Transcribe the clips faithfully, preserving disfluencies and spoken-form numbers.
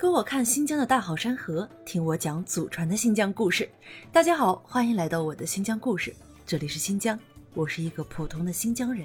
跟我看新疆的大好山河，听我讲祖传的新疆故事。大家好，欢迎来到我的新疆故事，这里是新疆，我是一个普通的新疆人。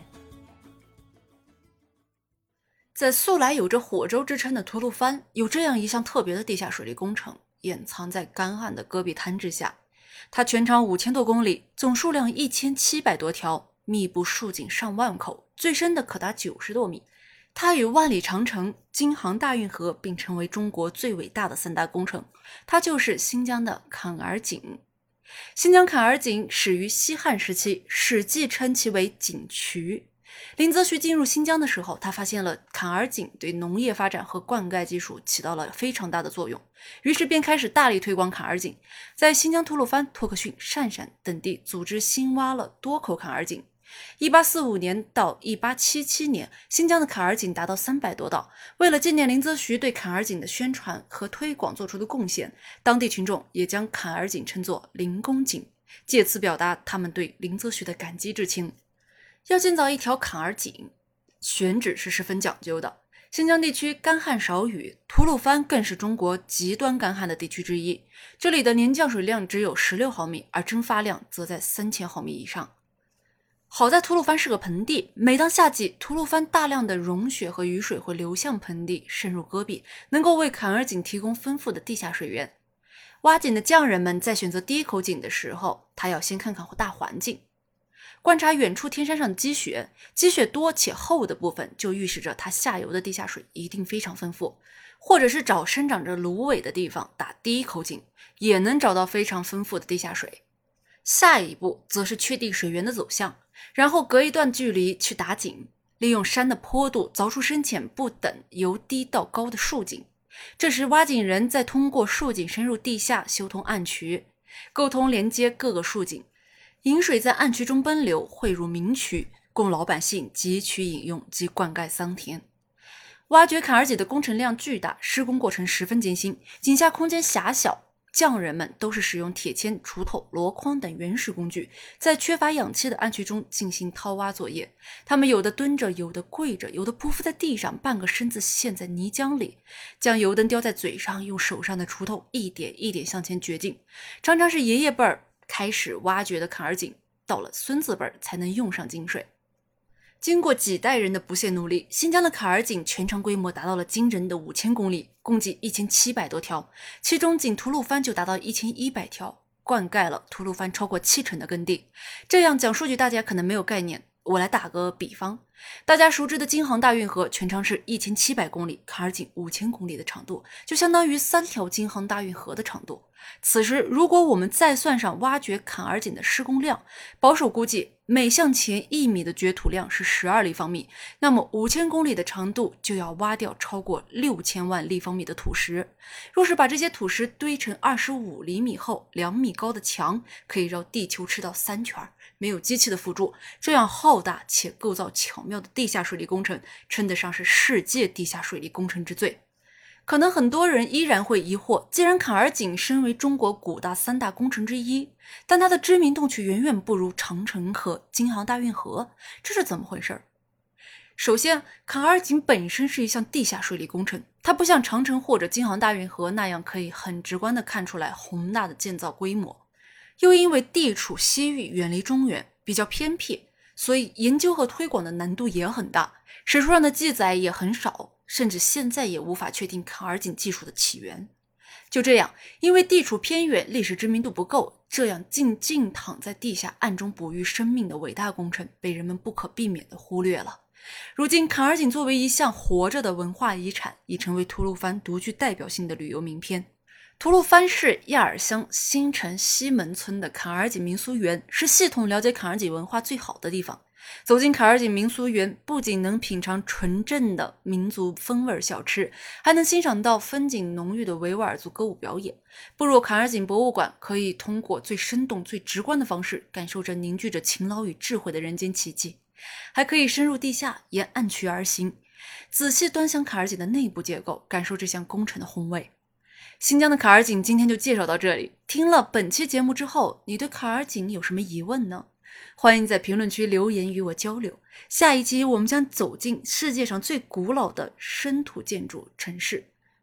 在素来有着火州之称的吐鲁番，有这样一项特别的地下水利工程，掩藏在干旱的戈壁滩之下。它全长五千多公里，总数量一千七百多条，密布竖井上万口，最深的可达九十多米。它与万里长城、京杭大运河并称为中国最伟大的三大工程，它就是新疆的坎儿井。新疆坎儿井始于西汉时期，《史记》称其为井渠。林则徐进入新疆的时候，他发现了坎儿井对农业发展和灌溉技术起到了非常大的作用，于是便开始大力推广坎儿井，在新疆吐鲁番、托克逊、鄯善等地组织新挖了多口坎儿井。一八四五年到一八七七年，新疆的坎儿井达到三百多道。为了纪念林则徐对坎儿井的宣传和推广做出的贡献，当地群众也将坎儿井称作林公井，借此表达他们对林则徐的感激之情。要建造一条坎儿井，选址是十分讲究的。新疆地区干旱少雨，吐鲁番更是中国极端干旱的地区之一，这里的年降水量只有十六毫米，而蒸发量则在三千毫米以上。好在吐鲁番是个盆地，每当夏季，吐鲁番大量的融雪和雨水会流向盆地，渗入戈壁，能够为坎儿井提供丰富的地下水源。挖井的匠人们在选择第一口井的时候，他要先看看大环境，观察远处天山上的积雪，积雪多且厚的部分就预示着它下游的地下水一定非常丰富，或者是找生长着芦苇的地方打第一口井，也能找到非常丰富的地下水。下一步则是确定水源的走向，然后隔一段距离去打井，利用山的坡度凿出深浅不等、由低到高的竖井。这时挖井人再通过竖井深入地下，修通暗渠，沟通连接各个竖井，引水在暗渠中奔流，汇入明渠，供老百姓汲取饮用及灌溉桑田。挖掘坎儿井的工程量巨大，施工过程十分艰辛，井下空间狭小，匠人们都是使用铁钎、锄头、箩筐等原始工具，在缺乏氧气的暗渠中进行掏挖作业。他们有的蹲着，有的跪着，有的匍匐在地上，半个身子陷在泥浆里，将油灯叼在嘴上，用手上的锄头一点一点向前掘进。常常是爷爷辈儿开始挖掘的坎儿井，到了孙子辈儿才能用上井水。经过几代人的不懈努力，新疆的坎儿井全长规模达到了惊人的五千公里，共计一千七百多条，其中仅吐鲁番就达到一千一百条，灌溉了吐鲁番超过七成的耕地。这样讲数据大家可能没有概念，我来打个比方，大家熟知的京杭大运河全长是一千七百公里，坎儿井五千公里的长度，就相当于三条京杭大运河的长度。此时如果我们再算上挖掘坎儿井的施工量，保守估计每向前一米的掘土量是十二立方米，那么五千公里的长度就要挖掉超过六千万立方米的土石。若是把这些土石堆成二十五厘米厚、两米高的墙，可以绕地球吃到三圈。没有机器的辅助，这样浩大且构造巧妙的地下水利工程，称得上是世界地下水利工程之最。可能很多人依然会疑惑，既然坎儿井身为中国古大三大工程之一，但它的知名度却远远不如长城和京杭大运河，这是怎么回事？首先，坎儿井本身是一项地下水利工程，它不像长城或者京杭大运河那样可以很直观地看出来宏大的建造规模，又因为地处西域，远离中原，比较偏僻，所以研究和推广的难度也很大，史书上的记载也很少，甚至现在也无法确定坎儿井技术的起源。就这样，因为地处偏远，历史知名度不够，这样静静躺在地下暗中哺育生命的伟大工程被人们不可避免地忽略了。如今坎儿井作为一项活着的文化遗产，已成为吐鲁番独具代表性的旅游名片。吐鲁番市亚尔乡新城西门村的坎儿井民俗园是系统了解坎儿井文化最好的地方。走进坎儿井民俗园，不仅能品尝纯正的民族风味小吃，还能欣赏到风景浓郁的维吾尔族歌舞表演。步入坎儿井博物馆，可以通过最生动最直观的方式感受着凝聚着勤劳与智慧的人间奇迹。还可以深入地下，沿暗渠而行，仔细端详坎儿井的内部结构，感受这项工程的宏伟。新疆的坎儿井今天就介绍到这里。听了本期节目之后，你对坎儿井有什么疑问呢？欢迎在评论区留言与我交流。下一期我们将走进世界上最古老的深土建筑城市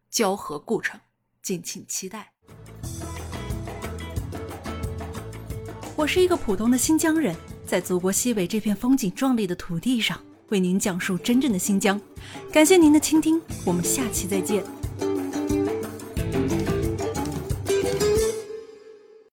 交河故城，敬请期待。我是一个普通的新疆人，在祖国西北这片风景壮丽的土地上，为您讲述真正的新疆。感谢您的倾听，我们下期再见。